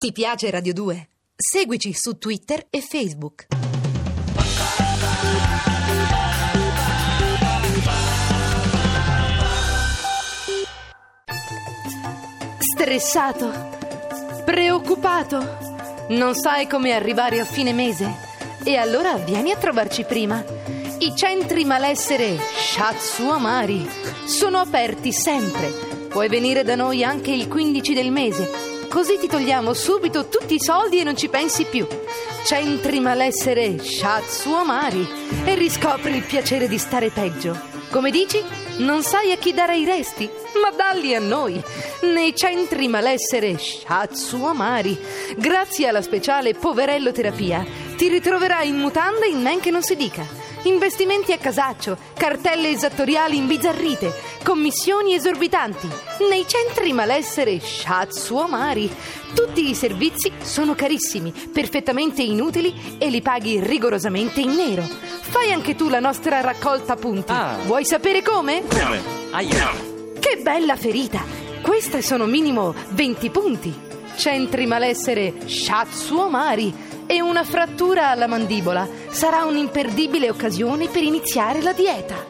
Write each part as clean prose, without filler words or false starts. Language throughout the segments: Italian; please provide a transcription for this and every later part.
Ti piace Radio 2? Seguici su Twitter e Facebook. Stressato? Preoccupato? Non sai come arrivare a fine mese? E allora vieni a trovarci prima. I centri malessere Shiatsu Amari sono aperti sempre. Puoi venire da noi anche il 15 del mese. Così ti togliamo subito tutti i soldi e non ci pensi più. Centri malessere Shiatsu Amari e riscopri il piacere di stare peggio. Come dici? Non sai a chi dare i resti? Ma dalli a noi. Nei centri malessere Shiatsu Amari, grazie alla speciale poverello terapia, ti ritroverai in mutande in men che non si dica. Investimenti a casaccio, cartelle esattoriali imbizzarrite, commissioni esorbitanti. Nei centri malessere Shiatsu Amari tutti i servizi sono carissimi, perfettamente inutili e li paghi rigorosamente in nero. Fai anche tu la nostra raccolta punti. Vuoi sapere come? Che bella ferita! Queste sono minimo 20 punti. Centri malessere Shiatsu Amari e una frattura alla mandibola sarà un'imperdibile occasione per iniziare la dieta.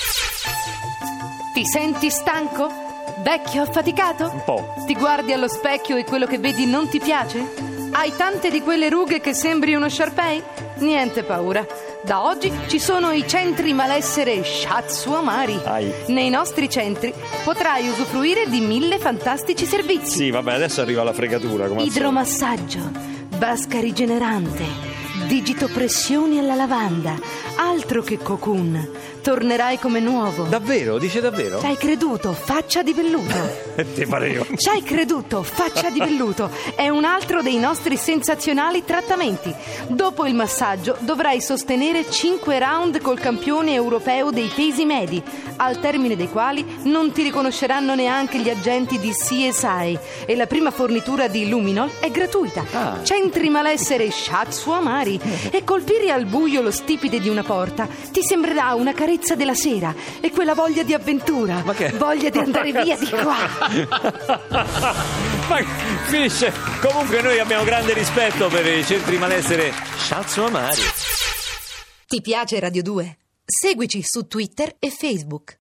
Ti senti stanco? Vecchio, affaticato? Un po'. Ti guardi allo specchio e quello che vedi non ti piace? Hai tante di quelle rughe che sembri uno Sharpei? Niente paura. Da oggi ci sono i centri malessere Shiatsu Amari. Nei nostri centri potrai usufruire di 1000 fantastici servizi. Sì, vabbè, adesso arriva la fregatura. Come idromassaggio, vasca rigenerante, digitopressioni alla lavanda, altro che cocoon. Tornerai come nuovo. Davvero? Dice davvero? Ci hai creduto, faccia di velluto. Ti pareva. Ci hai creduto, faccia di velluto. È un altro dei nostri sensazionali trattamenti. Dopo il massaggio dovrai sostenere 5 round col campione europeo dei pesi medi, al termine dei quali non ti riconosceranno neanche gli agenti di CSI e la prima fornitura di Luminol è gratuita. Centri malessere Shiatsu Amari e colpire al buio lo stipite di una porta ti sembrerà una carezza della sera e quella voglia di avventura. Ma che? Voglia di andare via di qua. Ma finisce. Comunque noi abbiamo grande rispetto per i centri malessere Shiatsu Amari. Ti piace Radio 2? Seguici su Twitter e Facebook.